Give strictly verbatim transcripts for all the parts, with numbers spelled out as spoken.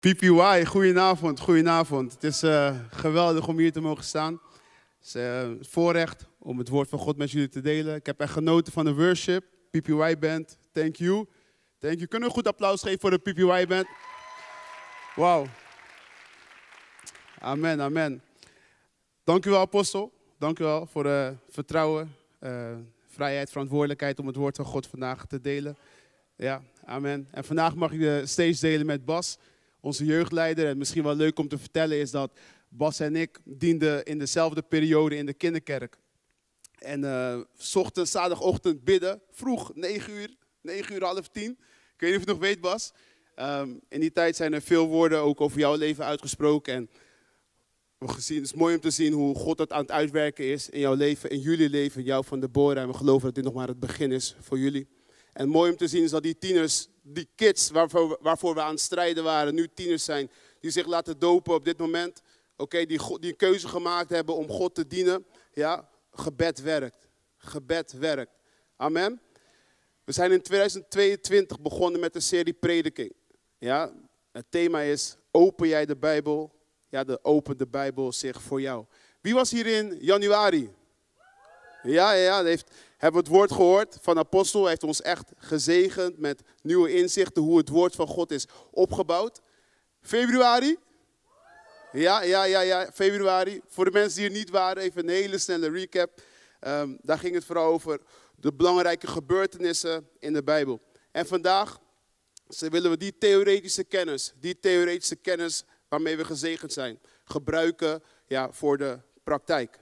P P Y, goedenavond, goedenavond. Het is uh, geweldig om hier te mogen staan. Het is uh, een voorrecht om het woord van God met jullie te delen. Ik heb echt genoten van de worship. P P Y Band, thank you. Thank you. Kunnen we een goed applaus geven voor de P P Y Band? Wauw. Amen, amen. Dank u wel, apostel. Dank u wel voor uh, vertrouwen, uh, vrijheid, verantwoordelijkheid om het woord van God vandaag te delen. Ja, amen. En vandaag mag ik de stage delen met Bas, onze jeugdleider. En misschien wel leuk om te vertellen is dat Bas en ik dienden in dezelfde periode in de kinderkerk. En uh, 's ochtends, zaterdagochtend bidden, vroeg, negen uur, negen uur, half tien. Ik weet niet of je het nog weet, Bas. Um, in die tijd zijn er veel woorden ook over jouw leven uitgesproken. En we gezien, het is mooi om te zien hoe God dat aan het uitwerken is in jouw leven, in jullie leven, in jou van Deborah. En we geloven dat dit nog maar het begin is voor jullie. En mooi om te zien is dat die tieners, die kids waarvoor, waarvoor we aan het strijden waren, nu tieners zijn, die zich laten dopen op dit moment. Oké, okay, die, die een keuze gemaakt hebben om God te dienen. Ja, gebed werkt. Gebed werkt. Amen. We zijn in tweeduizend tweeëntwintig begonnen met een serie prediking. Ja, het thema is, open jij de Bijbel? Ja, de opent de Bijbel zich voor jou. Wie was hier in januari? Ja, ja, ja, heeft, hebben we het woord gehoord van de apostel. Hij heeft ons echt gezegend met nieuwe inzichten hoe het woord van God is opgebouwd. Februari? Ja, ja, ja, ja, februari. Voor de mensen die er niet waren, even een hele snelle recap. Um, daar ging het vooral over de belangrijke gebeurtenissen in de Bijbel. En vandaag willen we die theoretische kennis, die theoretische kennis waarmee we gezegend zijn, gebruiken ja, voor de praktijk.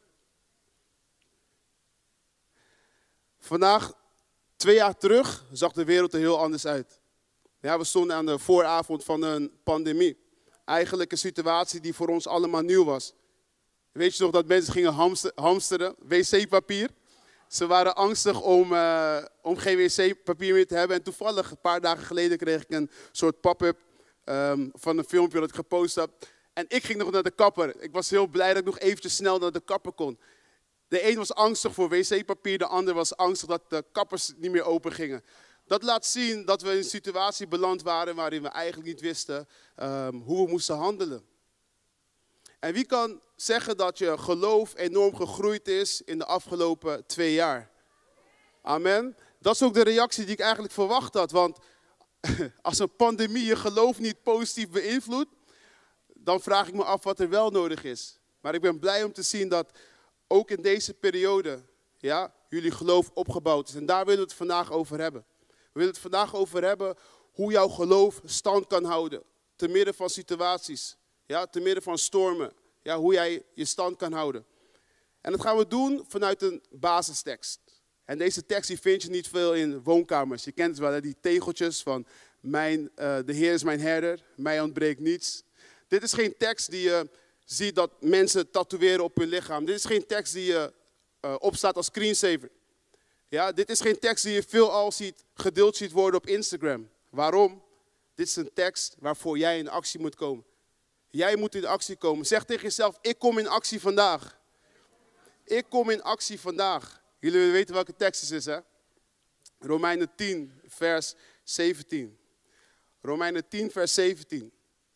Vandaag, twee jaar terug, zag de wereld er heel anders uit. Ja, we stonden aan de vooravond van een pandemie. Eigenlijk een situatie die voor ons allemaal nieuw was. Weet je nog dat mensen gingen hamster, hamsteren, wc-papier? Ze waren angstig om, uh, om geen wc-papier meer te hebben. En toevallig, een paar dagen geleden, kreeg ik een soort pop-up um, van een filmpje dat ik gepost had. En ik ging nog naar de kapper. Ik was heel blij dat ik nog eventjes snel naar de kapper kon. De een was angstig voor wc-papier, de ander was angstig dat de kappers niet meer open gingen. Dat laat zien dat we in een situatie beland waren waarin we eigenlijk niet wisten um, hoe we moesten handelen. En wie kan zeggen dat je geloof enorm gegroeid is in de afgelopen twee jaar? Amen. Dat is ook de reactie die ik eigenlijk verwacht had. Want als een pandemie je geloof niet positief beïnvloedt, dan vraag ik me af wat er wel nodig is. Maar ik ben blij om te zien dat ook in deze periode ja, jullie geloof opgebouwd is. En daar willen we het vandaag over hebben. We willen het vandaag over hebben hoe jouw geloof stand kan houden. Te midden van situaties. Ja, te midden van stormen. Ja, hoe jij je stand kan houden. En dat gaan we doen vanuit een basistekst. En deze tekst die vind je niet veel in woonkamers. Je kent het wel, hè? Die tegeltjes van mijn, uh, de Heer is mijn herder, mij ontbreekt niets. Dit is geen tekst die je ziet dat mensen tatoeëren op hun lichaam. Dit is geen tekst die je uh, opstaat als screensaver. Ja, dit is geen tekst die je veelal ziet, gedeeld ziet worden op Instagram. Waarom? Dit is een tekst waarvoor jij in actie moet komen. Jij moet in actie komen. Zeg tegen jezelf, ik kom in actie vandaag. Ik kom in actie vandaag. Jullie weten welke tekst het is, hè? Romeinen tien, vers zeventien. Romeinen tien, vers zeventien.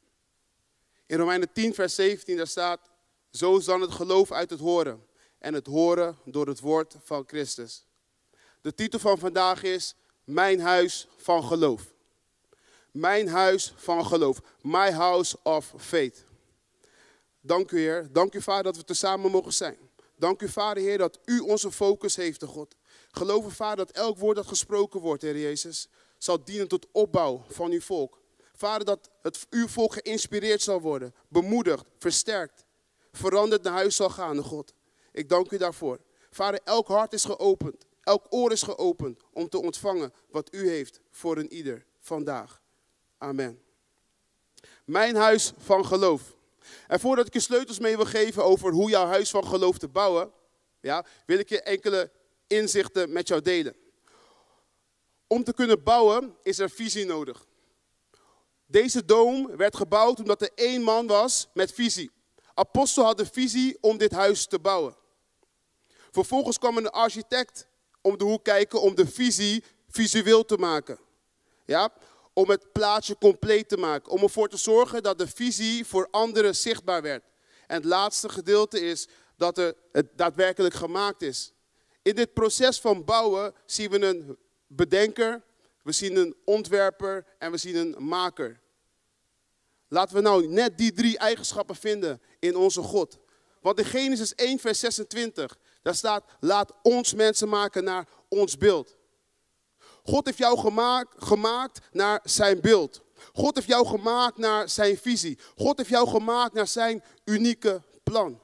In Romeinen tien, vers zeventien, daar staat, zo is dan het geloof uit het horen. En het horen door het woord van Christus. De titel van vandaag is, mijn huis van geloof. Mijn huis van geloof. My house of faith. Dank u, Heer. Dank u, Vader, dat we tezamen mogen zijn. Dank u, Vader, Heer, dat u onze focus heeft, de God. Geloven, Vader, dat elk woord dat gesproken wordt, Heer Jezus, zal dienen tot opbouw van uw volk. Vader, dat het uw volk geïnspireerd zal worden, bemoedigd, versterkt, veranderd naar huis zal gaan, de God. Ik dank u daarvoor. Vader, elk hart is geopend, elk oor is geopend om te ontvangen wat u heeft voor een ieder vandaag. Amen. Mijn huis van geloof. En voordat ik je sleutels mee wil geven over hoe jouw huis van geloof te bouwen, ja, wil ik je enkele inzichten met jou delen. Om te kunnen bouwen is er visie nodig. Deze dome werd gebouwd omdat er één man was met visie. Apostel had de visie om dit huis te bouwen. Vervolgens kwam een architect om de hoek kijken om de visie visueel te maken. Ja? om het plaatje compleet te maken. Om ervoor te zorgen dat de visie voor anderen zichtbaar werd. En het laatste gedeelte is dat er het daadwerkelijk gemaakt is. In dit proces van bouwen zien we een bedenker, we zien een ontwerper en we zien een maker. Laten we nou net die drie eigenschappen vinden in onze God. Want in Genesis één vers zesentwintig, daar staat, laat ons mensen maken naar ons beeld. God heeft jou gemaakt, gemaakt naar zijn beeld. God heeft jou gemaakt naar zijn visie. God heeft jou gemaakt naar zijn unieke plan.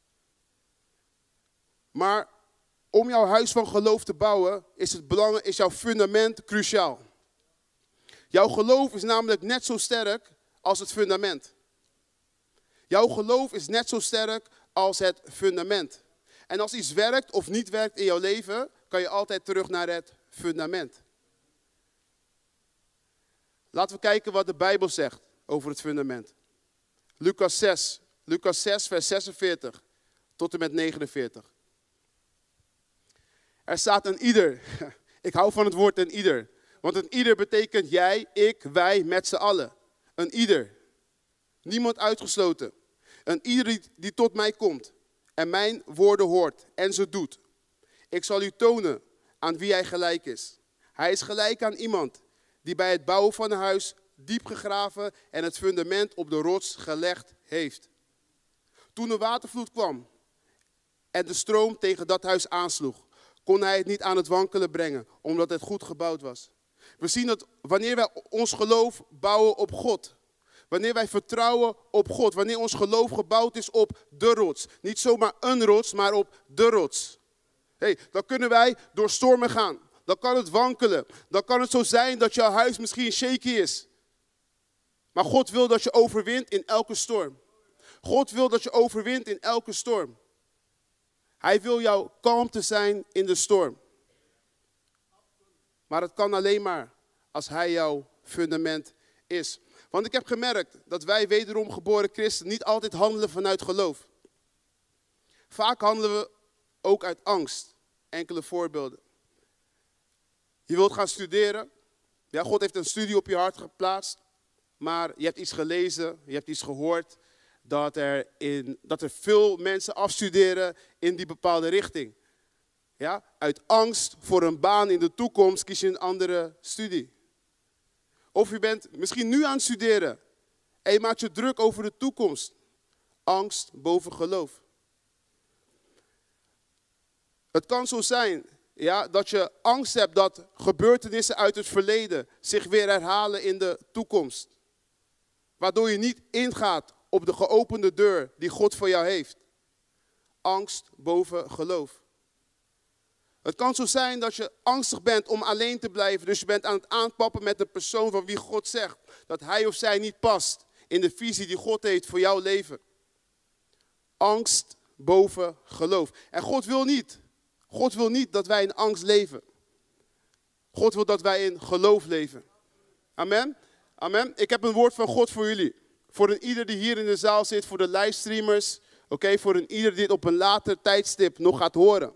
Maar om jouw huis van geloof te bouwen, is, het belang, is jouw fundament cruciaal. Jouw geloof is namelijk net zo sterk als het fundament. Jouw geloof is net zo sterk als het fundament. En als iets werkt of niet werkt in jouw leven, kan je altijd terug naar het fundament. Laten we kijken wat de Bijbel zegt over het fundament. Lucas zes, Lucas zes vers zesenveertig tot en met negenenveertig. Er staat een ieder. Ik hou van het woord een ieder. Want een ieder betekent jij, ik, wij, met z'n allen. Een ieder. Niemand uitgesloten. Een ieder die, die tot mij komt en mijn woorden hoort en ze doet. Ik zal u tonen aan wie hij gelijk is. Hij is gelijk aan iemand die bij het bouwen van een huis diep gegraven en het fundament op de rots gelegd heeft. Toen de watervloed kwam en de stroom tegen dat huis aansloeg, kon hij het niet aan het wankelen brengen, omdat het goed gebouwd was. We zien dat wanneer wij ons geloof bouwen op God, wanneer wij vertrouwen op God, wanneer ons geloof gebouwd is op de rots, niet zomaar een rots, maar op de rots. Hey, dan kunnen wij door stormen gaan. Dan kan het wankelen. Dan kan het zo zijn dat jouw huis misschien shaky is. Maar God wil dat je overwint in elke storm. God wil dat je overwint in elke storm. Hij wil jou kalmte zijn in de storm. Maar het kan alleen maar als hij jouw fundament is. Want ik heb gemerkt dat wij wederom geboren christen niet altijd handelen vanuit geloof. Vaak handelen we ook uit angst. Enkele voorbeelden. Je wilt gaan studeren. Ja, God heeft een studie op je hart geplaatst. Maar je hebt iets gelezen, je hebt iets gehoord. Dat er, in, dat er veel mensen afstuderen in die bepaalde richting. Ja, uit angst voor een baan in de toekomst kies je een andere studie. Of je bent misschien nu aan het studeren. En je maakt je druk over de toekomst. Angst boven geloof. Het kan zo zijn, ja, dat je angst hebt dat gebeurtenissen uit het verleden zich weer herhalen in de toekomst. Waardoor je niet ingaat op de geopende deur die God voor jou heeft. Angst boven geloof. Het kan zo zijn dat je angstig bent om alleen te blijven. Dus je bent aan het aanpappen met de persoon van wie God zegt dat hij of zij niet past in de visie die God heeft voor jouw leven. Angst boven geloof. En God wil niet. God wil niet dat wij in angst leven. God wil dat wij in geloof leven. Amen. Amen. Ik heb een woord van God voor jullie. Voor een ieder die hier in de zaal zit, voor de livestreamers. Oké, okay, voor een ieder die dit op een later tijdstip nog gaat horen.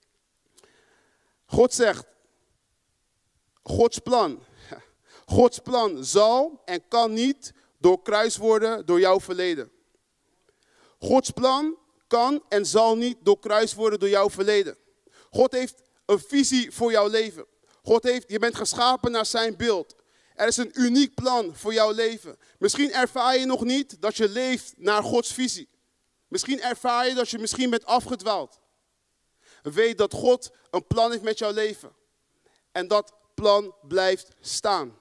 God zegt, Gods plan, Gods plan zal en kan niet doorkruist worden door jouw verleden. Gods plan kan en zal niet doorkruist worden door jouw verleden. God heeft een visie voor jouw leven. God heeft, je bent geschapen naar zijn beeld. Er is een uniek plan voor jouw leven. Misschien ervaar je nog niet dat je leeft naar Gods visie. Misschien ervaar je dat je misschien bent afgedwaald. Weet dat God een plan heeft met jouw leven. En dat plan blijft staan.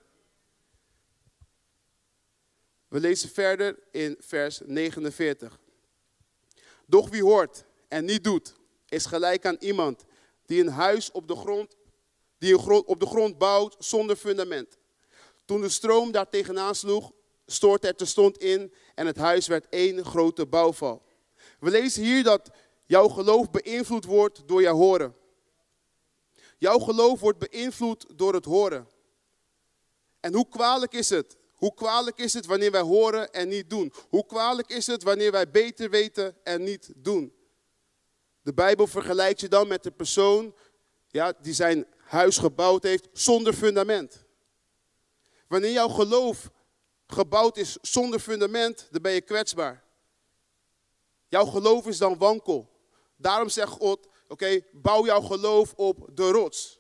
We lezen verder in vers negenenveertig. Doch wie hoort en niet doet, is gelijk aan iemand die een huis op de grond, die een grond, op de grond bouwt zonder fundament. Toen de stroom daar tegenaan sloeg, stortte het terstond in en het huis werd één grote bouwval. We lezen hier dat jouw geloof beïnvloed wordt door jouw horen. Jouw geloof wordt beïnvloed door het horen. En hoe kwalijk is het? Hoe kwalijk is het wanneer wij horen en niet doen? Hoe kwalijk is het wanneer wij beter weten en niet doen? De Bijbel vergelijkt je dan met de persoon, ja, die zijn huis gebouwd heeft zonder fundament. Wanneer jouw geloof gebouwd is zonder fundament, dan ben je kwetsbaar. Jouw geloof is dan wankel. Daarom zegt God, oké, okay, bouw jouw geloof op de rots.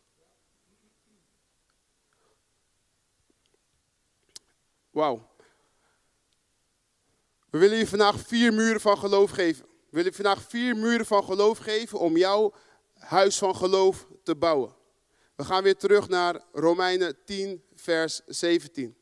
Wauw. We willen je vandaag vier muren van geloof geven. We willen je vandaag vier muren van geloof geven om jouw huis van geloof te bouwen. We gaan weer terug naar Romeinen tien, vers zeventien.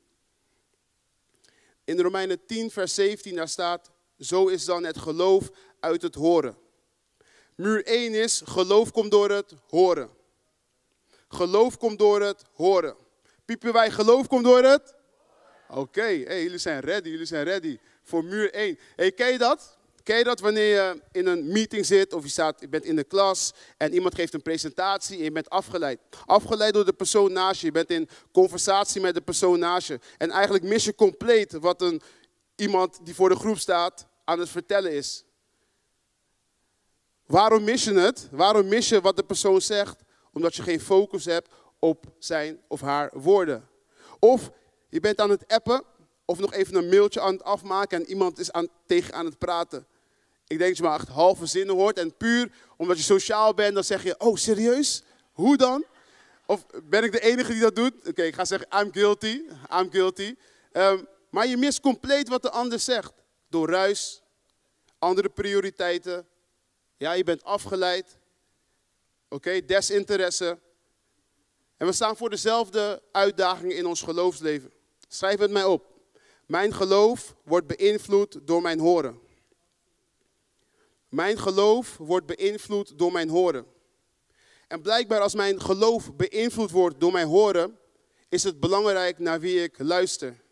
In Romeinen tien, vers zeventien, daar staat, zo is dan het geloof uit het horen. Muur één is, geloof komt door het horen. Geloof komt door het horen. Piepen wij, geloof komt door het? Oké, okay. Hey, jullie zijn ready, jullie zijn ready voor muur één. Hey, ken je dat? Ken je dat wanneer je in een meeting zit of je, staat, je bent in de klas en iemand geeft een presentatie en je bent afgeleid. Afgeleid door de persoon naast je. Je bent in conversatie met de persoon naast je. En eigenlijk mis je compleet wat een, iemand die voor de groep staat aan het vertellen is. Waarom mis je het? Waarom mis je wat de persoon zegt? Omdat je geen focus hebt op zijn of haar woorden. Of je bent aan het appen of nog even een mailtje aan het afmaken en iemand is aan, tegen aan het praten. Ik denk dat je maar echt halve zinnen hoort en puur omdat je sociaal bent, dan zeg je, oh serieus? Hoe dan? Of ben ik de enige die dat doet? Oké, okay, ik ga zeggen, I'm guilty. I'm guilty. Um, maar je mist compleet wat de ander zegt. Door ruis, andere prioriteiten. Ja, je bent afgeleid. Oké, okay, desinteresse. En we staan voor dezelfde uitdagingen in ons geloofsleven. Schrijf het mij op. Mijn geloof wordt beïnvloed door mijn horen. Mijn geloof wordt beïnvloed door mijn horen. En blijkbaar als mijn geloof beïnvloed wordt door mijn horen, is het belangrijk naar wie ik luister.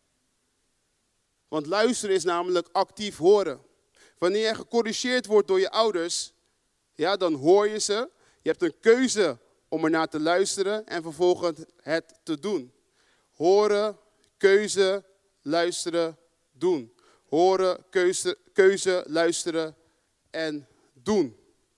Want luisteren is namelijk actief horen. Wanneer je gecorrigeerd wordt door je ouders, ja, dan hoor je ze. Je hebt een keuze om ernaar te luisteren en vervolgens het te doen. Horen, keuze, luisteren, doen. Horen, keuze, keuze luisteren en doen.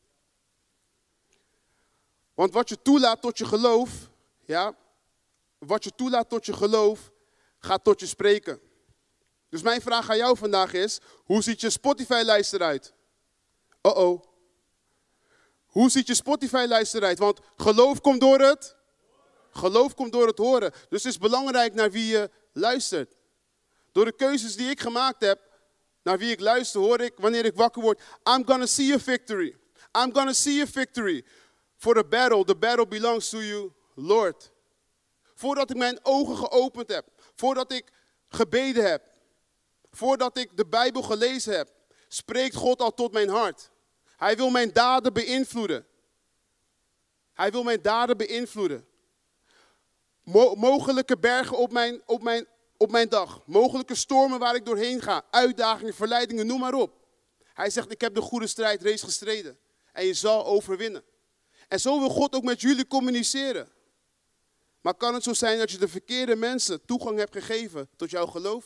Want wat je toelaat tot je geloof, ja, wat je toelaat tot je geloof, gaat tot je spreken. Dus mijn vraag aan jou vandaag is, hoe ziet je Spotify-lijst eruit? Oh-oh. Hoe ziet je Spotify-lijst eruit? Want geloof komt door het? Geloof komt door het horen. Dus het is belangrijk naar wie je luistert. Door de keuzes die ik gemaakt heb, naar wie ik luister, hoor ik wanneer ik wakker word, I'm gonna see a victory. I'm gonna see a victory. For the battle, the battle belongs to you, Lord. Voordat ik mijn ogen geopend heb, voordat ik gebeden heb, voordat ik de Bijbel gelezen heb, spreekt God al tot mijn hart. Hij wil mijn daden beïnvloeden. Hij wil mijn daden beïnvloeden. Mo- mogelijke bergen op mijn, op, mijn, op mijn dag. Mogelijke stormen waar ik doorheen ga. Uitdagingen, verleidingen, noem maar op. Hij zegt, ik heb de goede strijd reeds gestreden. En je zal overwinnen. En zo wil God ook met jullie communiceren. Maar kan het zo zijn dat je de verkeerde mensen toegang hebt gegeven tot jouw geloof?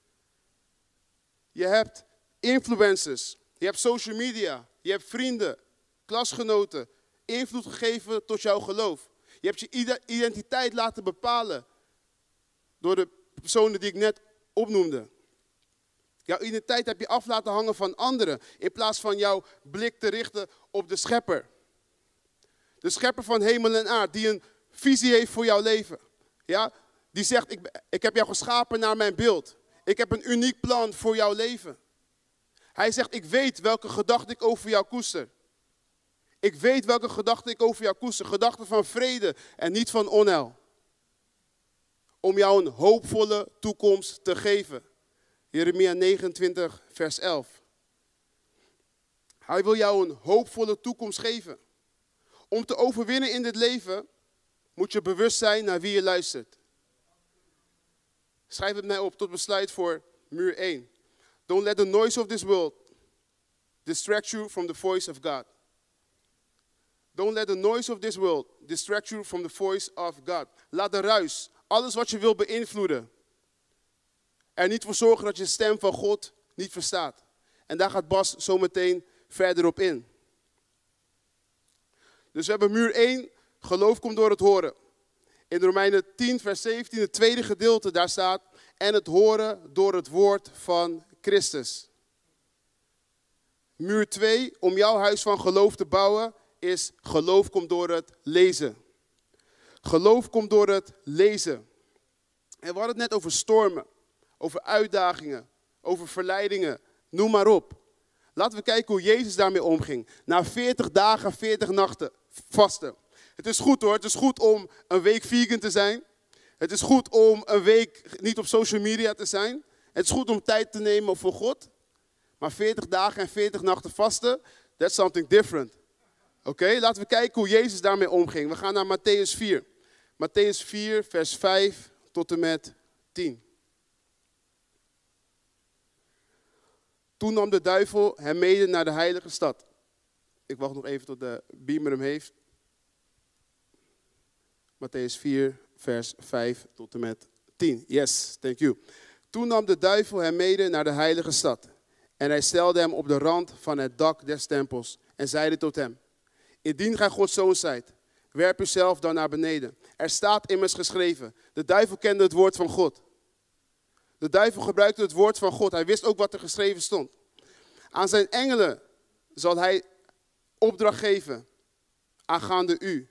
Je hebt influencers. Je hebt social media. Je hebt vrienden, klasgenoten. Invloed gegeven tot jouw geloof. Je hebt je identiteit laten bepalen door de personen die ik net opnoemde. Jouw identiteit heb je af laten hangen van anderen, in plaats van jouw blik te richten op de schepper. De schepper van hemel en aarde, die een visie heeft voor jouw leven. Ja? Die zegt, ik, ik heb jou geschapen naar mijn beeld. Ik heb een uniek plan voor jouw leven. Hij zegt, ik weet welke gedachten ik over jou koester. Ik weet welke gedachten ik over jou koester. Gedachten van vrede en niet van onheil. Om jou een hoopvolle toekomst te geven. Jeremia negenentwintig, vers elf. Hij wil jou een hoopvolle toekomst geven. Om te overwinnen in dit leven moet je bewust zijn naar wie je luistert. Schrijf het mij op tot besluit voor muur één. Don't let the noise of this world distract you from the voice of God. Don't let the noise of this world distract you from the voice of God. Laat de ruis, alles wat je wil beïnvloeden, er niet voor zorgen dat je de stem van God niet verstaat. En daar gaat Bas zo meteen verder op in. Dus we hebben muur één, geloof komt door het horen. In Romeinen tien, vers zeventien, het tweede gedeelte, daar staat, en het horen door het woord van Christus. Muur twee, om jouw huis van geloof te bouwen, is geloof komt door het lezen. Geloof komt door het lezen. En we hadden het net over stormen, over uitdagingen, over verleidingen, noem maar op. Laten we kijken hoe Jezus daarmee omging. Na veertig dagen, veertig nachten vasten. Het is goed hoor, het is goed om een week vegan te zijn. Het is goed om een week niet op social media te zijn. Het is goed om tijd te nemen voor God. Maar veertig dagen en veertig nachten vasten, that's something different. Oké, okay, laten we kijken hoe Jezus daarmee omging. We gaan naar Matthäus vier. Matthäus vier, vers vijf tot en met tien. Toen nam de duivel hem mede naar de heilige stad. Ik wacht nog even tot de beamer hem heeft. Matthäus vier, vers vijf tot en met tien. Yes, thank you. Toen nam de duivel hem mede naar de heilige stad. En hij stelde hem op de rand van het dak des tempels. En zeide tot hem, indien gij Gods zoon zijt, werp uzelf dan naar beneden. Er staat immers geschreven, de duivel kende het woord van God. De duivel gebruikte het woord van God. Hij wist ook wat er geschreven stond. Aan zijn engelen zal hij opdracht geven aangaande u.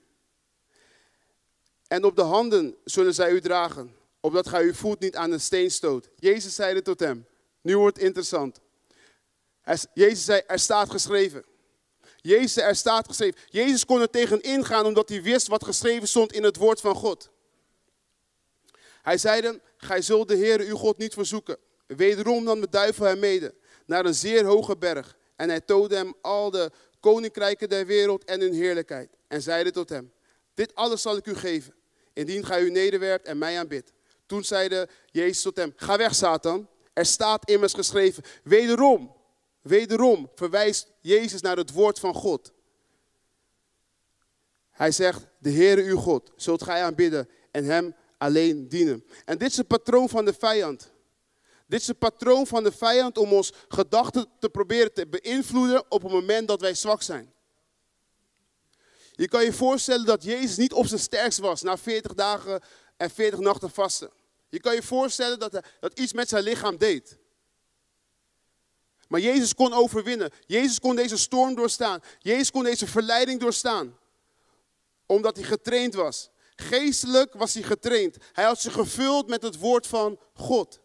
En op de handen zullen zij u dragen, opdat gij uw voet niet aan een steen stoot. Jezus zeide tot hem, nu wordt het interessant. Jezus zei, er staat geschreven. Jezus zei, er staat geschreven. Jezus kon er tegen ingaan omdat hij wist wat geschreven stond in het woord van God. Hij zeide, gij zult de Heere uw God niet verzoeken. Wederom nam de duivel hem mede naar een zeer hoge berg. En hij toonde hem al de koninkrijken der wereld en hun heerlijkheid. En zeide tot hem, dit alles zal ik u geven, indien gij u nederwerpt en mij aanbidt. Toen zeide Jezus tot hem, ga weg Satan, er staat immers geschreven. Wederom, wederom verwijst Jezus naar het woord van God. Hij zegt, de Heere uw God zult gij aanbidden en hem alleen dienen. En dit is het patroon van de vijand. Dit is het patroon van de vijand om ons gedachten te proberen te beïnvloeden op het moment dat wij zwak zijn. Je kan je voorstellen dat Jezus niet op zijn sterkst was na veertig dagen en veertig nachten vasten. Je kan je voorstellen dat, hij, dat iets met zijn lichaam deed. Maar Jezus kon overwinnen. Jezus kon deze storm doorstaan. Jezus kon deze verleiding doorstaan. Omdat hij getraind was. Geestelijk was hij getraind. Hij had zich gevuld met het woord van God.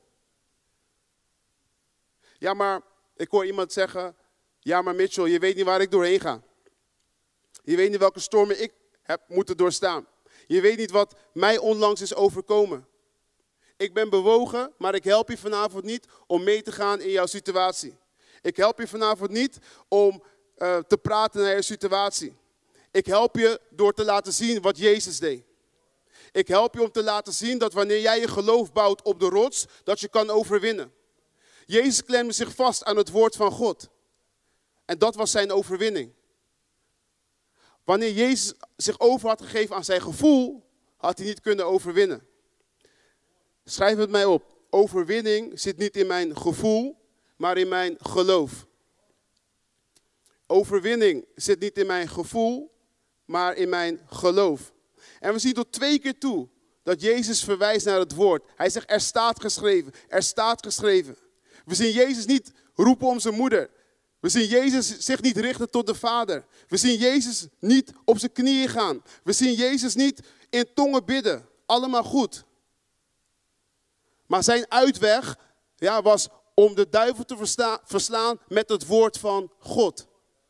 Ja, maar ik hoor iemand zeggen, ja maar Mitchell, je weet niet waar ik doorheen ga. Je weet niet welke stormen ik heb moeten doorstaan. Je weet niet wat mij onlangs is overkomen. Ik ben bewogen, maar ik help je vanavond niet om mee te gaan in jouw situatie. Ik help je vanavond niet om uh, te praten naar je situatie. Ik help je door te laten zien wat Jezus deed. Ik help je om te laten zien dat wanneer jij je geloof bouwt op de rots, dat je kan overwinnen. Jezus klemde zich vast aan het woord van God. En dat was zijn overwinning. Wanneer Jezus zich over had gegeven aan zijn gevoel, had hij niet kunnen overwinnen. Schrijf het mij op. Overwinning zit niet in mijn gevoel, maar in mijn geloof. Overwinning zit niet in mijn gevoel, maar in mijn geloof. En we zien tot twee keer toe dat Jezus verwijst naar het woord. Hij zegt, er staat geschreven, er staat geschreven. We zien Jezus niet roepen om zijn moeder. We zien Jezus zich niet richten tot de Vader. We zien Jezus niet op zijn knieën gaan. We zien Jezus niet in tongen bidden. Allemaal goed. Maar zijn uitweg ja, was om de duivel te versta- verslaan met het woord van God.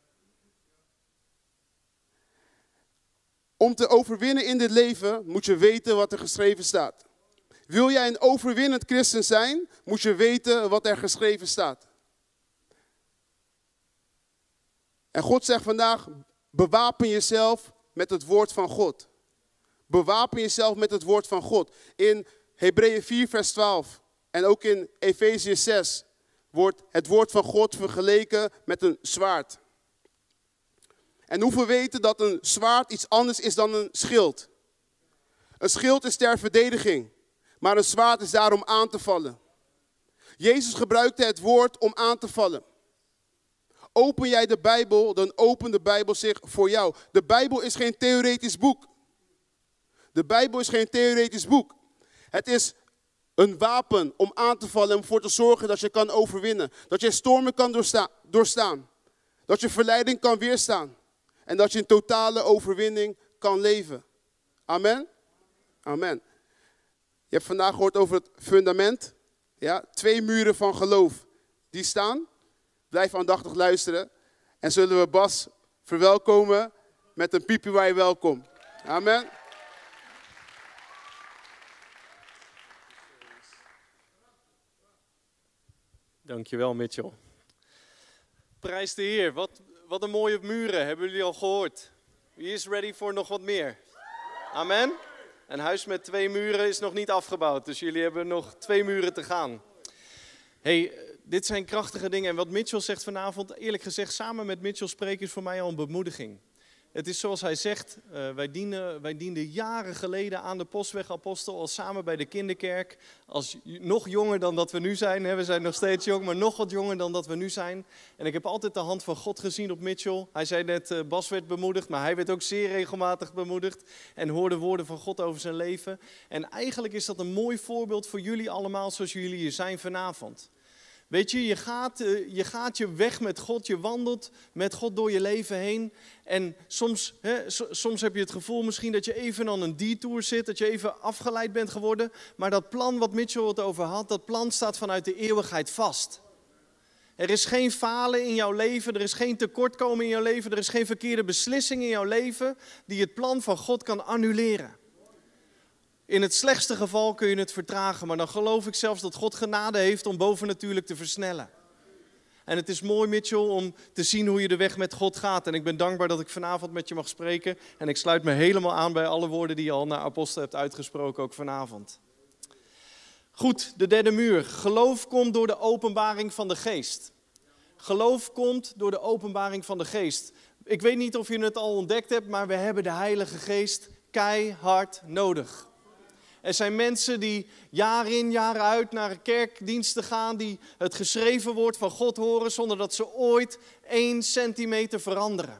Om te overwinnen in dit leven moet je weten wat er geschreven staat. Wil jij een overwinnend christen zijn, moet je weten wat er geschreven staat. En God zegt vandaag, bewapen jezelf met het woord van God. Bewapen jezelf met het woord van God. In Hebreeën vier vers twaalf en ook in Efeziërs zes wordt het woord van God vergeleken met een zwaard. En hoeveel weten dat een zwaard iets anders is dan een schild. Een schild is ter verdediging, maar een zwaard is daar om aan te vallen. Jezus gebruikte het woord om aan te vallen. Open jij de Bijbel, dan opent de Bijbel zich voor jou. De Bijbel is geen theoretisch boek. De Bijbel is geen theoretisch boek. Het is een wapen om aan te vallen en om voor te zorgen dat je kan overwinnen. Dat je stormen kan doorsta- doorstaan. Dat je verleiding kan weerstaan. En dat je in totale overwinning kan leven. Amen? Amen. Je hebt vandaag gehoord over het fundament. Ja, twee muren van geloof. Die staan. Blijf aandachtig luisteren. En zullen we Bas verwelkomen met een piepje waar je welkom. Amen. Dankjewel, Mitchell. Prijs de Heer. Wat, wat een mooie muren, hebben jullie al gehoord. Wie is ready voor nog wat meer? Amen. Een huis met twee muren is nog niet afgebouwd, dus jullie hebben nog twee muren te gaan. Hey, dit zijn krachtige dingen. En wat Mitchell zegt vanavond, eerlijk gezegd, samen met Mitchell spreken is voor mij al een bemoediging. Het is zoals hij zegt, uh, wij, dienen, wij dienden jaren geleden aan de Postweg Apostel al samen bij de kinderkerk. Als nog jonger dan dat we nu zijn. Hè. We zijn nog steeds jong, maar nog wat jonger dan dat we nu zijn. En ik heb altijd de hand van God gezien op Mitchell. Hij zei net, uh, Bas werd bemoedigd, maar hij werd ook zeer regelmatig bemoedigd. En hoorde woorden van God over zijn leven. En eigenlijk is dat een mooi voorbeeld voor jullie allemaal zoals jullie hier zijn vanavond. Weet je, je gaat, je gaat je weg met God, je wandelt met God door je leven heen. En soms, hè, soms heb je het gevoel misschien dat je even aan een detour zit, dat je even afgeleid bent geworden. Maar dat plan wat Mitchell het over had, dat plan staat vanuit de eeuwigheid vast. Er is geen falen in jouw leven, er is geen tekortkomen in jouw leven, er is geen verkeerde beslissing in jouw leven die het plan van God kan annuleren. In het slechtste geval kun je het vertragen, maar dan geloof ik zelfs dat God genade heeft om bovennatuurlijk te versnellen. En het is mooi, Mitchell, om te zien hoe je de weg met God gaat. En ik ben dankbaar dat ik vanavond met je mag spreken. En ik sluit me helemaal aan bij alle woorden die je al naar Apostel hebt uitgesproken, ook vanavond. Goed, de derde muur. Geloof komt door de openbaring van de geest. Geloof komt door de openbaring van de geest. Ik weet niet of je het al ontdekt hebt, maar we hebben de Heilige Geest keihard nodig. Er zijn mensen die jaar in, jaar uit naar kerkdiensten gaan, die het geschreven woord van God horen, zonder dat ze ooit één centimeter veranderen.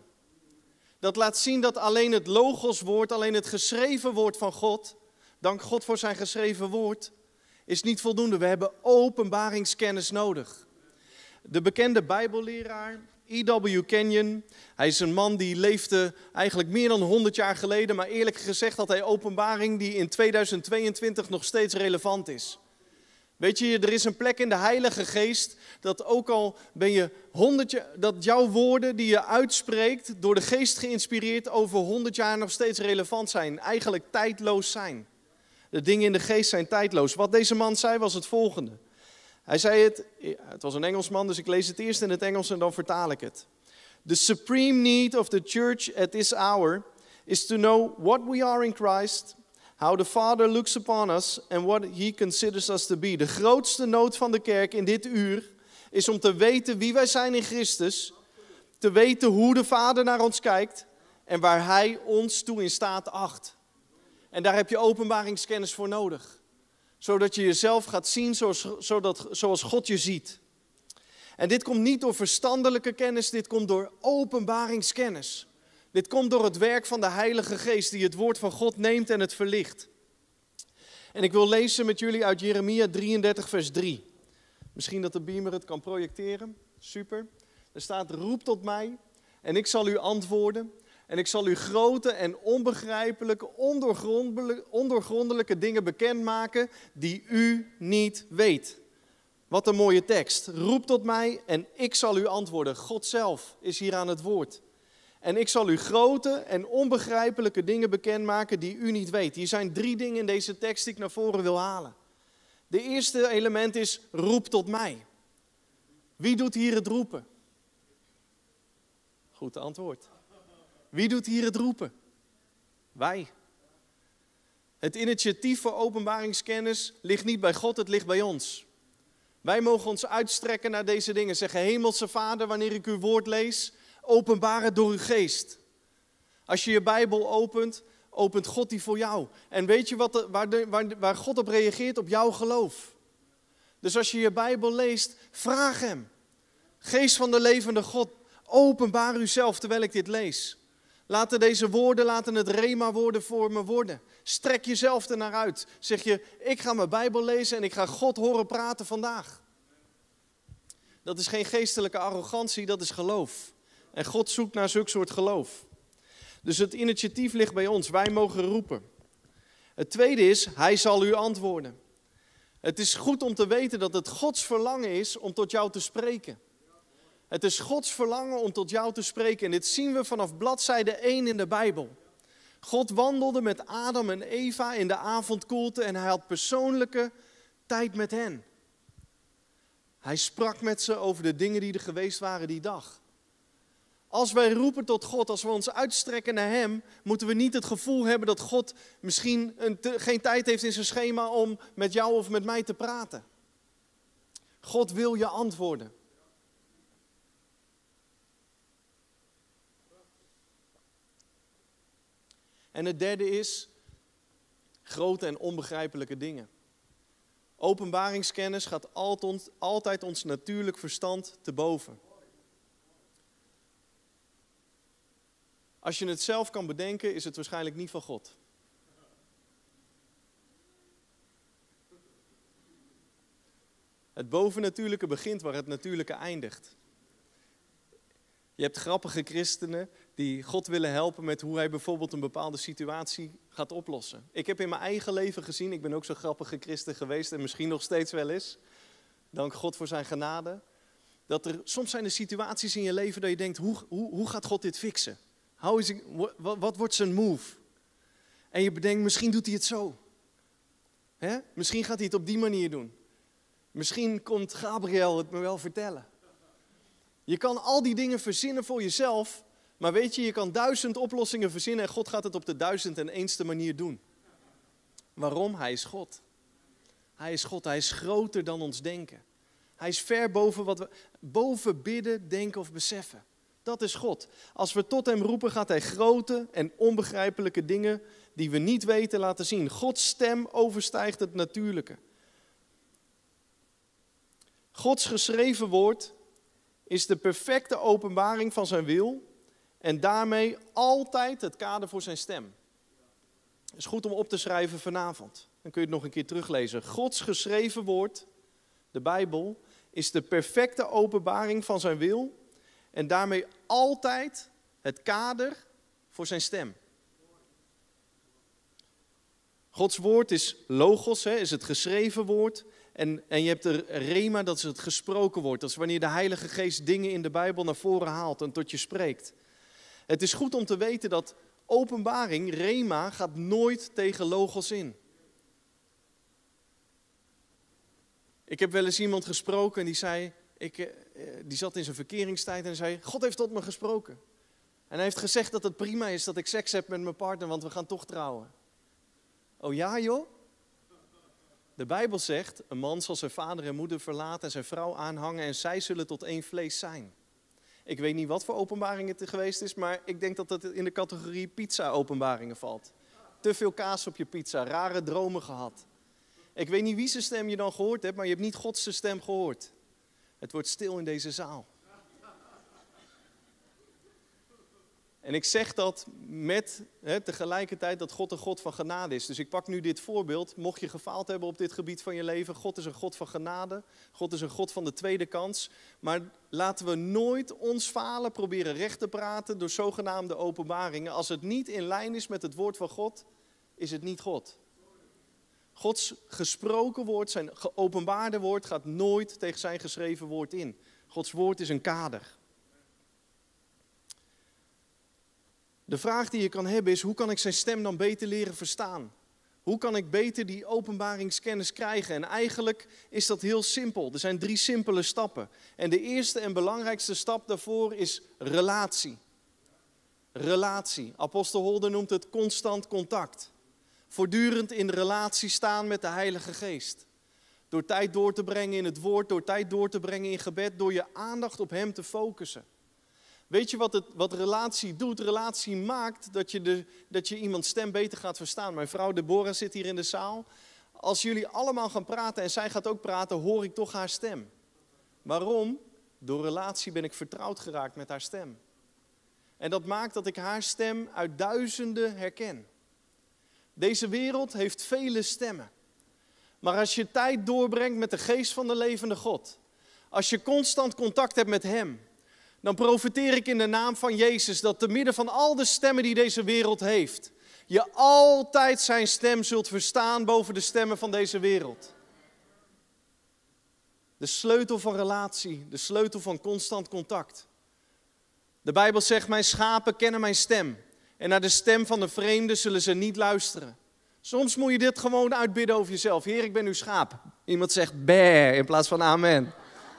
Dat laat zien dat alleen het logoswoord, alleen het geschreven woord van God, dank God voor zijn geschreven woord, is niet voldoende. We hebben openbaringskennis nodig. De bekende Bijbelleraar E W Kenyon, hij is een man die leefde eigenlijk meer dan honderd jaar geleden, maar eerlijk gezegd had hij openbaring die in tweeduizend tweeëntwintig nog steeds relevant is. Weet je, er is een plek in de Heilige Geest dat ook al ben je honderd jaar, dat jouw woorden die je uitspreekt, door de Geest geïnspireerd, over honderd jaar nog steeds relevant zijn, eigenlijk tijdloos zijn. De dingen in de Geest zijn tijdloos. Wat deze man zei was het volgende. Hij zei het, het was een Engelsman, dus ik lees het eerst in het Engels en dan vertaal ik het. The supreme need of the church at this hour is to know what we are in Christ, how the Father looks upon us and what he considers us to be. De grootste nood van de kerk in dit uur is om te weten wie wij zijn in Christus, te weten hoe de Vader naar ons kijkt en waar hij ons toe in staat acht. En daar heb je openbaringskennis voor nodig. Zodat je jezelf gaat zien zoals, zodat, zoals God je ziet. En dit komt niet door verstandelijke kennis, dit komt door openbaringskennis. Dit komt door het werk van de Heilige Geest die het woord van God neemt en het verlicht. En ik wil lezen met jullie uit Jeremia drieëndertig vers drie. Misschien dat de beamer het kan projecteren. Super. Er staat, roep tot mij en ik zal u antwoorden. En ik zal u grote en onbegrijpelijke, ondoorgrondelijke, ondoorgrondelijke dingen bekendmaken die u niet weet. Wat een mooie tekst. Roep tot mij en ik zal u antwoorden. God zelf is hier aan het woord. En ik zal u grote en onbegrijpelijke dingen bekendmaken die u niet weet. Hier zijn drie dingen in deze tekst die ik naar voren wil halen. De eerste element is roep tot mij. Wie doet hier het roepen? Goed antwoord. Wie doet hier het roepen? Wij. Het initiatief voor openbaringskennis ligt niet bij God, het ligt bij ons. Wij mogen ons uitstrekken naar deze dingen. Zeggen, Hemelse Vader, wanneer ik uw woord lees, openbaar het door uw geest. Als je je Bijbel opent, opent God die voor jou. En weet je wat de, waar, de, waar, waar God op reageert? Op jouw geloof. Dus als je je Bijbel leest, vraag hem. Geest van de levende God, openbaar uzelf terwijl ik dit lees. Laten deze woorden, laten het rema-woorden voor me worden. Strek jezelf er naar uit. Zeg je, ik ga mijn Bijbel lezen en ik ga God horen praten vandaag. Dat is geen geestelijke arrogantie, dat is geloof. En God zoekt naar zulk soort geloof. Dus het initiatief ligt bij ons, wij mogen roepen. Het tweede is, hij zal u antwoorden. Het is goed om te weten dat het Gods verlangen is om tot jou te spreken. Het is Gods verlangen om tot jou te spreken. En dit zien we vanaf bladzijde één in de Bijbel. God wandelde met Adam en Eva in de avondkoelte en hij had persoonlijke tijd met hen. Hij sprak met ze over de dingen die er geweest waren die dag. Als wij roepen tot God, als we ons uitstrekken naar Hem, moeten we niet het gevoel hebben dat God misschien een te, geen tijd heeft in zijn schema om met jou of met mij te praten. God wil je antwoorden. En het derde is grote en onbegrijpelijke dingen. Openbaringskennis gaat altijd ons natuurlijk verstand te boven. Als je het zelf kan bedenken, is het waarschijnlijk niet van God. Het bovennatuurlijke begint waar het natuurlijke eindigt. Je hebt grappige christenen die God willen helpen met hoe hij bijvoorbeeld een bepaalde situatie gaat oplossen. Ik heb in mijn eigen leven gezien, ik ben ook zo'n grappige christen geweest en misschien nog steeds wel eens. Dank God voor zijn genade. Dat er soms zijn er situaties in je leven dat je denkt, hoe, hoe, hoe gaat God dit fixen? How is it, wat, wat wordt zijn move? En je bedenkt, misschien doet hij het zo. Hè? Misschien gaat hij het op die manier doen. Misschien komt Gabriel het me wel vertellen. Je kan al die dingen verzinnen voor jezelf, maar weet je, je kan duizend oplossingen verzinnen en God gaat het op de duizend en eenste manier doen. Waarom? Hij is God. Hij is God, hij is groter dan ons denken. Hij is ver boven wat we, boven bidden, denken of beseffen. Dat is God. Als we tot hem roepen, gaat hij grote en onbegrijpelijke dingen die we niet weten laten zien. Gods stem overstijgt het natuurlijke. Gods geschreven woord is de perfecte openbaring van zijn wil en daarmee altijd het kader voor zijn stem. Het is goed om op te schrijven vanavond. Dan kun je het nog een keer teruglezen. Gods geschreven woord, de Bijbel, is de perfecte openbaring van zijn wil en daarmee altijd het kader voor zijn stem. Gods woord is logos, hè, is het geschreven woord. En, en je hebt de rema, dat is het gesproken woord. Dat is wanneer de Heilige Geest dingen in de Bijbel naar voren haalt en tot je spreekt. Het is goed om te weten dat openbaring, rema, gaat nooit tegen logos in. Ik heb wel eens iemand gesproken en die zei, ik, die zat in zijn verkeringstijd en zei, God heeft tot me gesproken. En hij heeft gezegd dat het prima is dat ik seks heb met mijn partner, want we gaan toch trouwen. Oh ja joh? De Bijbel zegt, een man zal zijn vader en moeder verlaten en zijn vrouw aanhangen en zij zullen tot één vlees zijn. Ik weet niet wat voor openbaring het geweest is, maar ik denk dat het in de categorie pizza-openbaringen valt. Te veel kaas op je pizza, rare dromen gehad. Ik weet niet wie zijn stem je dan gehoord hebt, maar je hebt niet Gods stem gehoord. Het wordt stil in deze zaal. En ik zeg dat met he, tegelijkertijd dat God een God van genade is. Dus ik pak nu dit voorbeeld. Mocht je gefaald hebben op dit gebied van je leven. God is een God van genade. God is een God van de tweede kans. Maar laten we nooit ons falen proberen recht te praten door zogenaamde openbaringen. Als het niet in lijn is met het woord van God, is het niet God. Gods gesproken woord, zijn geopenbaarde woord, gaat nooit tegen zijn geschreven woord in. Gods woord is een kader. De vraag die je kan hebben is, hoe kan ik zijn stem dan beter leren verstaan? Hoe kan ik beter die openbaringskennis krijgen? En eigenlijk is dat heel simpel. Er zijn drie simpele stappen. En de eerste en belangrijkste stap daarvoor is relatie. Relatie. Apostel Holder noemt het constant contact. Voortdurend in relatie staan met de Heilige Geest. Door tijd door te brengen in het woord, door tijd door te brengen in gebed, door je aandacht op hem te focussen. Weet je wat, het, wat relatie doet? Relatie maakt dat je, de, dat je iemands stem beter gaat verstaan. Mijn vrouw Deborah zit hier in de zaal. Als jullie allemaal gaan praten en zij gaat ook praten, hoor ik toch haar stem. Waarom? Door relatie ben ik vertrouwd geraakt met haar stem. En dat maakt dat ik haar stem uit duizenden herken. Deze wereld heeft vele stemmen. Maar als je tijd doorbrengt met de geest van de levende God, als je constant contact hebt met Hem, dan profeteer ik in de naam van Jezus dat te midden van al de stemmen die deze wereld heeft, je altijd zijn stem zult verstaan boven de stemmen van deze wereld. De sleutel van relatie, de sleutel van constant contact. De Bijbel zegt, mijn schapen kennen mijn stem. En naar de stem van de vreemde zullen ze niet luisteren. Soms moet je dit gewoon uitbidden over jezelf. Heer, ik ben uw schaap. Iemand zegt bear in plaats van amen.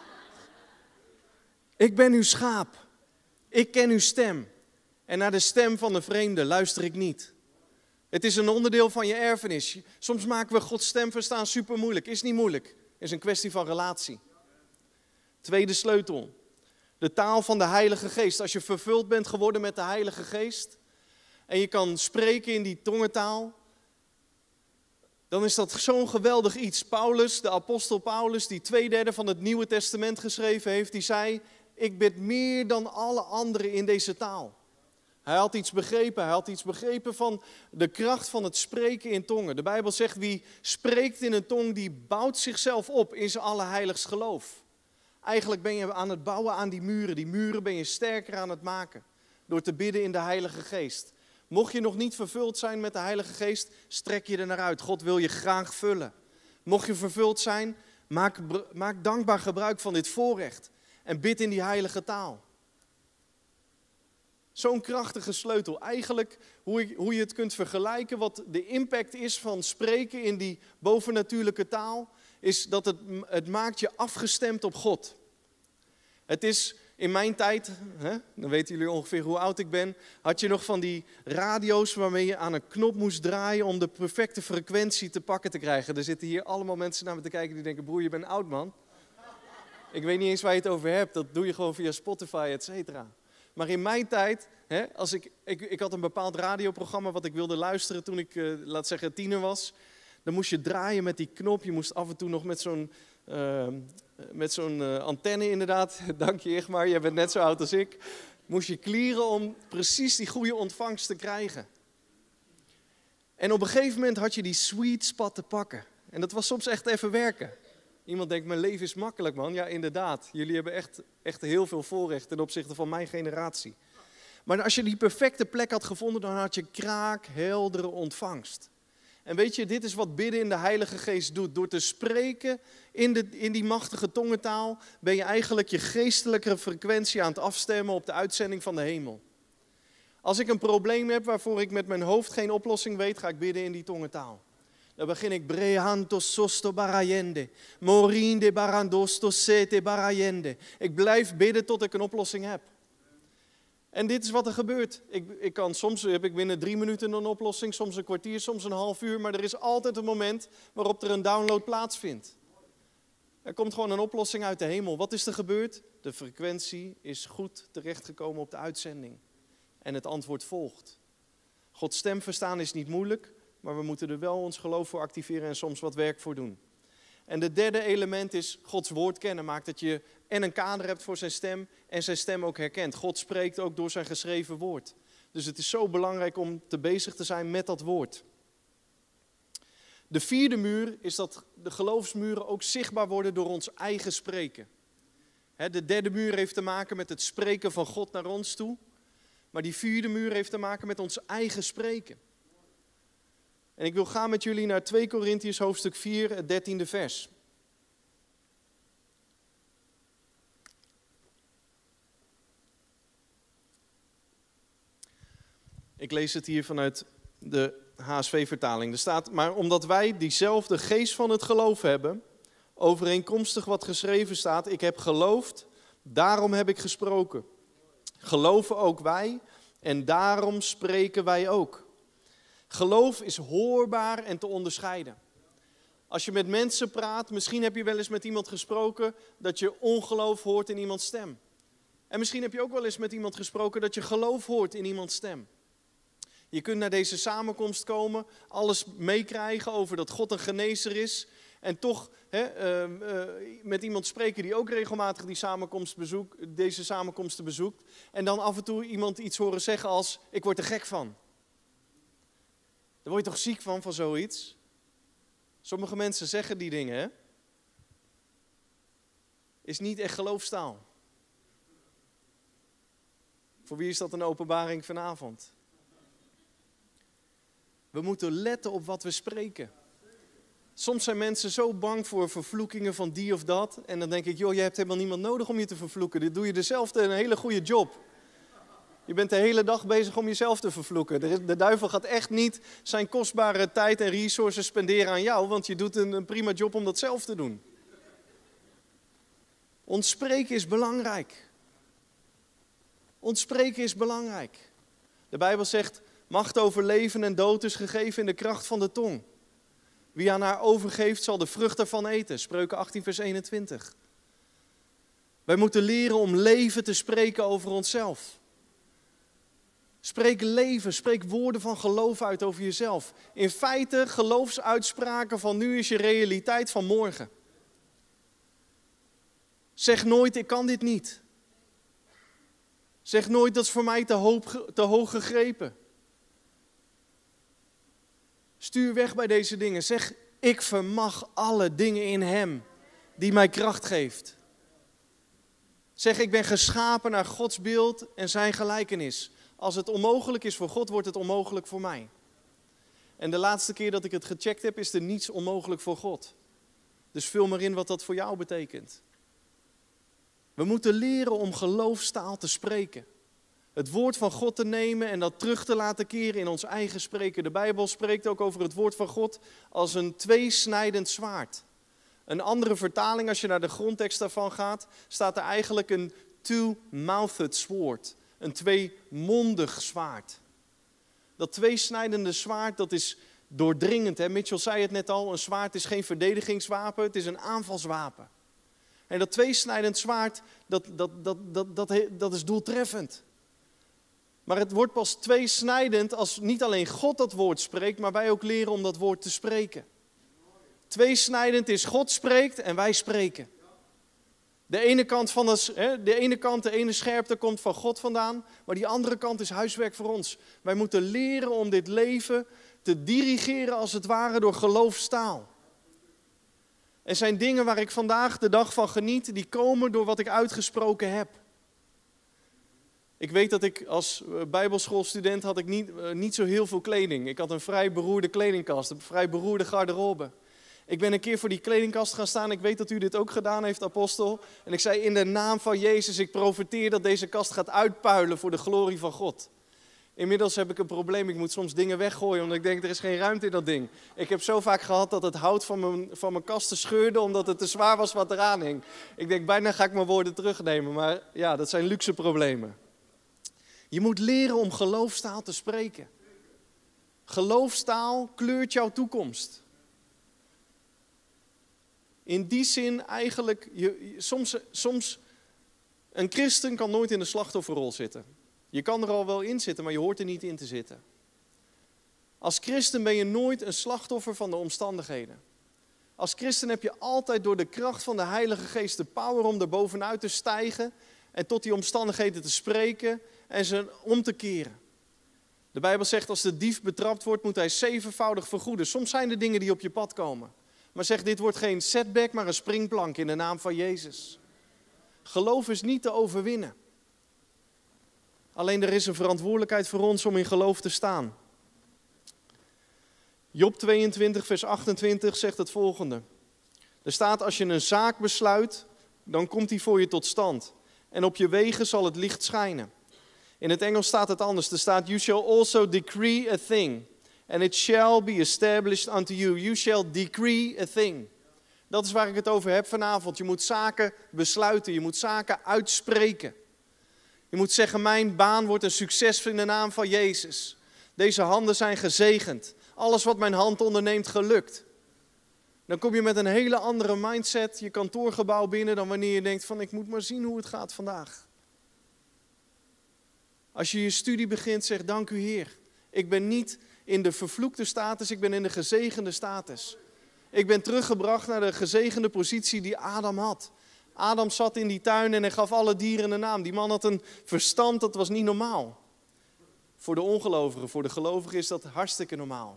Ik ben uw schaap. Ik ken uw stem. En naar de stem van de vreemde luister ik niet. Het is een onderdeel van je erfenis. Soms maken we Gods stem verstaan super moeilijk. Is niet moeilijk. Is een kwestie van relatie. Tweede sleutel. De taal van de Heilige Geest. Als je vervuld bent geworden met de Heilige Geest en je kan spreken in die tongentaal, dan is dat zo'n geweldig iets. Paulus, de apostel Paulus, die twee derde van het Nieuwe Testament geschreven heeft, die zei, ik bid meer dan alle anderen in deze taal. Hij had iets begrepen, hij had iets begrepen van de kracht van het spreken in tongen. De Bijbel zegt, wie spreekt in een tong, die bouwt zichzelf op in zijn allerheiligst geloof. Eigenlijk ben je aan het bouwen aan die muren. Die muren ben je sterker aan het maken. Door te bidden in de Heilige Geest. Mocht je nog niet vervuld zijn met de Heilige Geest, strek je er naar uit. God wil je graag vullen. Mocht je vervuld zijn, maak, maak dankbaar gebruik van dit voorrecht. En bid in die heilige taal. Zo'n krachtige sleutel. Eigenlijk hoe je, hoe je het kunt vergelijken, wat de impact is van spreken in die bovennatuurlijke taal, is dat het, het maakt je afgestemd op God. Het is in mijn tijd, hè, dan weten jullie ongeveer hoe oud ik ben, had je nog van die radio's waarmee je aan een knop moest draaien om de perfecte frequentie te pakken te krijgen. Er zitten hier allemaal mensen naar me te kijken die denken, broer, je bent oud man. Ik weet niet eens waar je het over hebt, dat doe je gewoon via Spotify, et cetera. Maar in mijn tijd, hè, als ik, ik, ik had een bepaald radioprogramma wat ik wilde luisteren toen ik, uh, laat zeggen, tiener was. Dan moest je draaien met die knop. Je moest af en toe nog met zo'n uh, met zo'n uh, antenne inderdaad. Dank je Igmar, jij bent net zo oud als ik. Moest je klieren om precies die goede ontvangst te krijgen. En op een gegeven moment had je die sweet spot te pakken. En dat was soms echt even werken. Iemand denkt, mijn leven is makkelijk man. Ja, inderdaad. Jullie hebben echt, echt heel veel voorrecht ten opzichte van mijn generatie. Maar als je die perfecte plek had gevonden, dan had je kraakheldere ontvangst. En weet je, dit is wat bidden in de Heilige Geest doet. Door te spreken in, de, in die machtige tongentaal ben je eigenlijk je geestelijke frequentie aan het afstemmen op de uitzending van de hemel. Als ik een probleem heb waarvoor ik met mijn hoofd geen oplossing weet, ga ik bidden in die tongentaal. Dan begin ik brehanto sosto barayende, morinde barandosto sete barayende. Ik blijf bidden tot ik een oplossing heb. En dit is wat er gebeurt. Ik, ik kan, soms heb ik binnen drie minuten een oplossing, soms een kwartier, soms een half uur. Maar er is altijd een moment waarop er een download plaatsvindt. Er komt gewoon een oplossing uit de hemel. Wat is er gebeurd? De frequentie is goed terechtgekomen op de uitzending. En het antwoord volgt. Gods stem verstaan is niet moeilijk, maar we moeten er wel ons geloof voor activeren en soms wat werk voor doen. En de derde element is Gods woord kennen. Maakt dat je en een kader hebt voor zijn stem en zijn stem ook herkent. God spreekt ook door zijn geschreven woord. Dus het is zo belangrijk om te bezig te zijn met dat woord. De vierde muur is dat de geloofsmuren ook zichtbaar worden door ons eigen spreken. De derde muur heeft te maken met het spreken van God naar ons toe. Maar die vierde muur heeft te maken met ons eigen spreken. En ik wil gaan met jullie naar twee Korintiërs hoofdstuk vier, het dertiende vers. Ik lees het hier vanuit de H S V-vertaling. Er staat, maar omdat wij diezelfde geest van het geloof hebben, overeenkomstig wat geschreven staat, ik heb geloofd, daarom heb ik gesproken. Geloven ook wij en daarom spreken wij ook. Geloof is hoorbaar en te onderscheiden. Als je met mensen praat, misschien heb je wel eens met iemand gesproken dat je ongeloof hoort in iemands stem. En misschien heb je ook wel eens met iemand gesproken dat je geloof hoort in iemands stem. Je kunt naar deze samenkomst komen, alles meekrijgen over dat God een genezer is. En toch hè, uh, uh, met iemand spreken die ook regelmatig die samenkomst bezoekt, deze samenkomsten bezoekt. En dan af en toe iemand iets horen zeggen als, ik word er gek van. Daar word je toch ziek van, van zoiets? Sommige mensen zeggen die dingen, hè? Is niet echt geloofstaal. Voor wie is dat een openbaring vanavond? We moeten letten op wat we spreken. Soms zijn mensen zo bang voor vervloekingen van die of dat. En dan denk ik, joh, je hebt helemaal niemand nodig om je te vervloeken. Dit doe je dezelfde een hele goede job. Je bent de hele dag bezig om jezelf te vervloeken. De, de duivel gaat echt niet zijn kostbare tijd en resources spenderen aan jou, want je doet een, een prima job om dat zelf te doen. Ons spreken is belangrijk. Ons spreken is belangrijk. De Bijbel zegt, macht over leven en dood is gegeven in de kracht van de tong. Wie aan haar overgeeft zal de vrucht ervan eten. Spreuken achttien vers eenentwintig. Wij moeten leren om leven te spreken over onszelf. Spreek leven, spreek woorden van geloof uit over jezelf. In feite geloofsuitspraken van nu is je realiteit van morgen. Zeg nooit, ik kan dit niet. Zeg nooit, dat is voor mij te hoog, te hoog gegrepen. Stuur weg bij deze dingen. Zeg, ik vermag alle dingen in hem die mij kracht geeft. Zeg, ik ben geschapen naar Gods beeld en zijn gelijkenis. Als het onmogelijk is voor God, wordt het onmogelijk voor mij. En de laatste keer dat ik het gecheckt heb, is er niets onmogelijk voor God. Dus vul maar in wat dat voor jou betekent. We moeten leren om geloofstaal te spreken. Het woord van God te nemen en dat terug te laten keren in ons eigen spreken. De Bijbel spreekt ook over het woord van God als een tweesnijdend zwaard. Een andere vertaling, als je naar de grondtekst daarvan gaat, staat er eigenlijk een two-mouthed sword. Een tweemondig zwaard. Dat tweesnijdende zwaard, dat is doordringend. Hè? Mitchell zei het net al, een zwaard is geen verdedigingswapen, het is een aanvalswapen. En dat tweesnijdend zwaard, dat, dat, dat, dat, dat, dat is doeltreffend. Maar het wordt pas tweesnijdend als niet alleen God dat woord spreekt, maar wij ook leren om dat woord te spreken. Tweesnijdend is God spreekt en wij spreken. De ene kant van de, de ene kant, de ene scherpte komt van God vandaan, maar die andere kant is huiswerk voor ons. Wij moeten leren om dit leven te dirigeren als het ware door geloofstaal. Er zijn dingen waar ik vandaag de dag van geniet, die komen door wat ik uitgesproken heb. Ik weet dat ik als bijbelschoolstudent had ik niet, uh, niet zo heel veel kleding. Ik had een vrij beroerde kledingkast, een vrij beroerde garderobe. Ik ben een keer voor die kledingkast gaan staan. Ik weet dat u dit ook gedaan heeft, apostel. En ik zei, in de naam van Jezus, ik profeteer dat deze kast gaat uitpuilen voor de glorie van God. Inmiddels heb ik een probleem. Ik moet soms dingen weggooien, omdat ik denk, er is geen ruimte in dat ding. Ik heb zo vaak gehad dat het hout van mijn, van mijn kasten scheurde, omdat het te zwaar was wat eraan hing. Ik denk, bijna ga ik mijn woorden terugnemen. Maar ja, dat zijn luxe problemen. Je moet leren om geloofstaal te spreken. Geloofstaal kleurt jouw toekomst. In die zin eigenlijk, je, soms, soms, een christen kan nooit in de slachtofferrol zitten. Je kan er al wel in zitten, maar je hoort er niet in te zitten. Als christen ben je nooit een slachtoffer van de omstandigheden. Als christen heb je altijd door de kracht van de Heilige Geest de power om er bovenuit te stijgen en tot die omstandigheden te spreken en ze om te keren. De Bijbel zegt, als de dief betrapt wordt, moet hij zevenvoudig vergoeden. Soms zijn er dingen die op je pad komen. Maar zeg, dit wordt geen setback, maar een springplank in de naam van Jezus. Geloof is niet te overwinnen. Alleen er is een verantwoordelijkheid voor ons om in geloof te staan. Job tweeëntwintig vers achtentwintig zegt het volgende. Er staat, als je een zaak besluit, dan komt die voor je tot stand. En op je wegen zal het licht schijnen. In het Engels staat het anders. Er staat, you shall also decree a thing. And it shall be established unto you. You shall decree a thing. Dat is waar ik het over heb vanavond. Je moet zaken besluiten. Je moet zaken uitspreken. Je moet zeggen, mijn baan wordt een succes in de naam van Jezus. Deze handen zijn gezegend. Alles wat mijn hand onderneemt, gelukt. Dan kom je met een hele andere mindset je kantoorgebouw binnen dan wanneer je denkt van, ik moet maar zien hoe het gaat vandaag. Als je je studie begint, zeg, dank u Heer. Ik ben niet in de vervloekte status, ik ben in de gezegende status. Ik ben teruggebracht naar de gezegende positie die Adam had. Adam zat in die tuin en hij gaf alle dieren een naam. Die man had een verstand, dat was niet normaal. Voor de ongelovigen, voor de gelovigen is dat hartstikke normaal.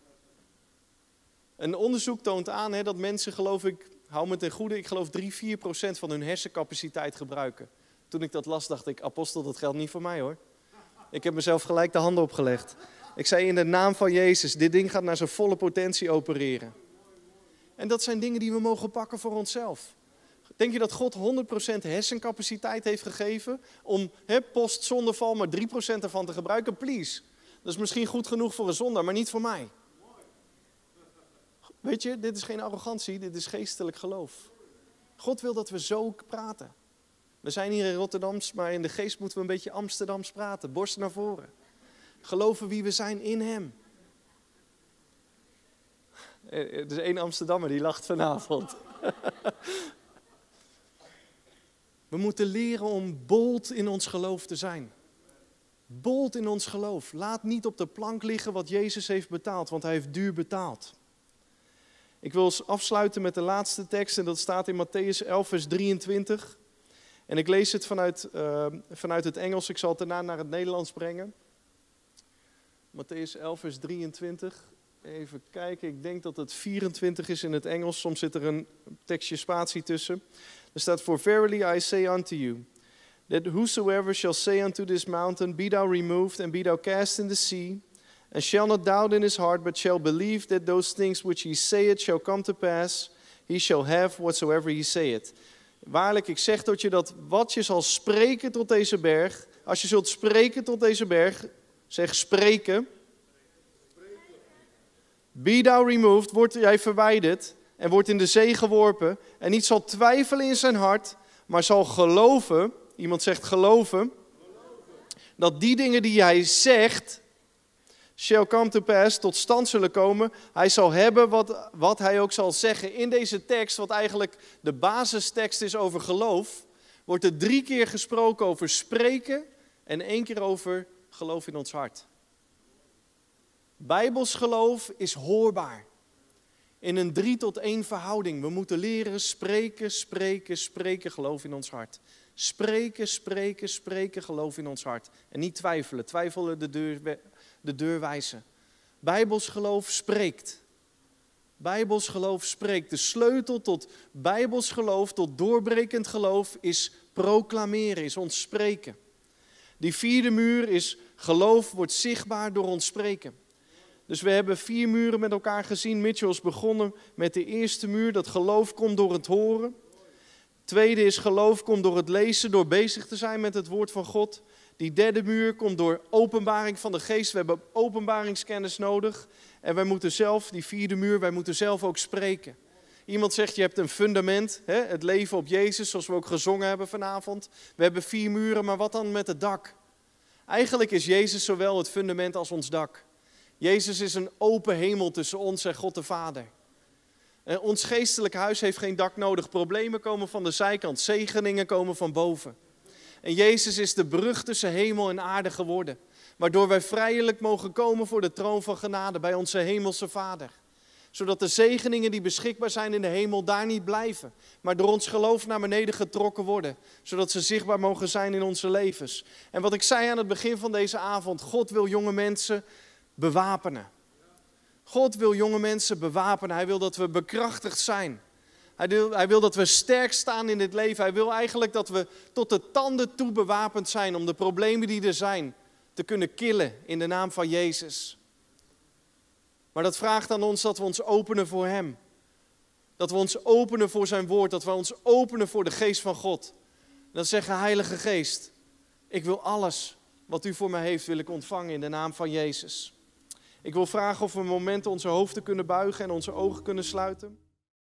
Een onderzoek toont aan hè, dat mensen, geloof ik, hou me ten goede, ik geloof drie, vier procent van hun hersencapaciteit gebruiken. Toen ik dat las, dacht ik, apostel, dat geldt niet voor mij hoor. Ik heb mezelf gelijk de handen opgelegd. Ik zei in de naam van Jezus, dit ding gaat naar zijn volle potentie opereren. En dat zijn dingen die we mogen pakken voor onszelf. Denk je dat God honderd procent hersencapaciteit heeft gegeven om hè, post-zondeval maar drie procent ervan te gebruiken? Please. Dat is misschien goed genoeg voor een zondaar, maar niet voor mij. Weet je, dit is geen arrogantie, dit is geestelijk geloof. God wil dat we zo praten. We zijn hier in Rotterdam, maar in de geest moeten we een beetje Amsterdams praten. Borst naar voren. Geloven wie we zijn in hem. Er is één Amsterdammer die lacht vanavond. We moeten leren om bold in ons geloof te zijn. Bold in ons geloof. Laat niet op de plank liggen wat Jezus heeft betaald, want hij heeft duur betaald. Ik wil afsluiten met de laatste tekst en dat staat in Mattheüs elf vers drieëntwintig. En ik lees het vanuit, uh, vanuit het Engels, ik zal het daarna naar het Nederlands brengen. Mattheüs elf vers drieëntwintig. Even kijken, ik denk dat het vierentwintig is in het Engels. Soms zit er een tekstje spatie tussen. Er staat, For verily I say unto you, that whosoever shall say unto this mountain, Be thou removed, and be thou cast in the sea, and shall not doubt in his heart, but shall believe that those things which he saith shall come to pass, he shall have whatsoever he saith. Waarlijk, ik zeg tot je dat wat je zal spreken tot deze berg, als je zult spreken tot deze berg, zeg spreken, Be thou removed, wordt jij verwijderd en wordt in de zee geworpen en niet zal twijfelen in zijn hart, maar zal geloven, iemand zegt geloven, dat die dingen die hij zegt, shall come to pass, tot stand zullen komen. Hij zal hebben wat, wat hij ook zal zeggen. In deze tekst, wat eigenlijk de basistekst is over geloof, wordt er drie keer gesproken over spreken en één keer over geloof in ons hart. Bijbels geloof is hoorbaar. In een drie tot één verhouding. We moeten leren spreken, spreken, spreken, geloof in ons hart. Spreken, spreken, spreken, geloof in ons hart. En niet twijfelen. Twijfelen de deur, de deur wijzen. Bijbels geloof spreekt. Bijbels geloof spreekt. De sleutel tot Bijbels geloof, tot doorbrekend geloof, is proclameren, is ons spreken. Die vierde muur is geloof wordt zichtbaar door ons spreken. Dus we hebben vier muren met elkaar gezien. Mitchell is begonnen met de eerste muur, dat geloof komt door het horen. Tweede is geloof komt door het lezen, door bezig te zijn met het woord van God. Die derde muur komt door openbaring van de geest. We hebben openbaringskennis nodig. En wij moeten zelf, die vierde muur, wij moeten zelf ook spreken. Iemand zegt, je hebt een fundament, hè? Het leven op Jezus, zoals we ook gezongen hebben vanavond. We hebben vier muren, maar wat dan met het dak? Eigenlijk is Jezus zowel het fundament als ons dak. Jezus is een open hemel tussen ons en God de Vader. En ons geestelijk huis heeft geen dak nodig. Problemen komen van de zijkant, zegeningen komen van boven. En Jezus is de brug tussen hemel en aarde geworden. Waardoor wij vrijelijk mogen komen voor de troon van genade bij onze hemelse Vader. Zodat de zegeningen die beschikbaar zijn in de hemel daar niet blijven. Maar door ons geloof naar beneden getrokken worden. Zodat ze zichtbaar mogen zijn in onze levens. En wat ik zei aan het begin van deze avond. God wil jonge mensen bewapenen. God wil jonge mensen bewapenen. Hij wil dat we bekrachtigd zijn. Hij wil, hij wil dat we sterk staan in dit leven. Hij wil eigenlijk dat we tot de tanden toe bewapend zijn om de problemen die er zijn te kunnen killen in de naam van Jezus. Maar dat vraagt aan ons dat we ons openen voor Hem. Dat we ons openen voor zijn woord. Dat we ons openen voor de geest van God. En dan zeggen, Heilige Geest, ik wil alles wat u voor mij heeft, wil ik ontvangen in de naam van Jezus. Ik wil vragen of we een moment onze hoofden kunnen buigen en onze ogen kunnen sluiten.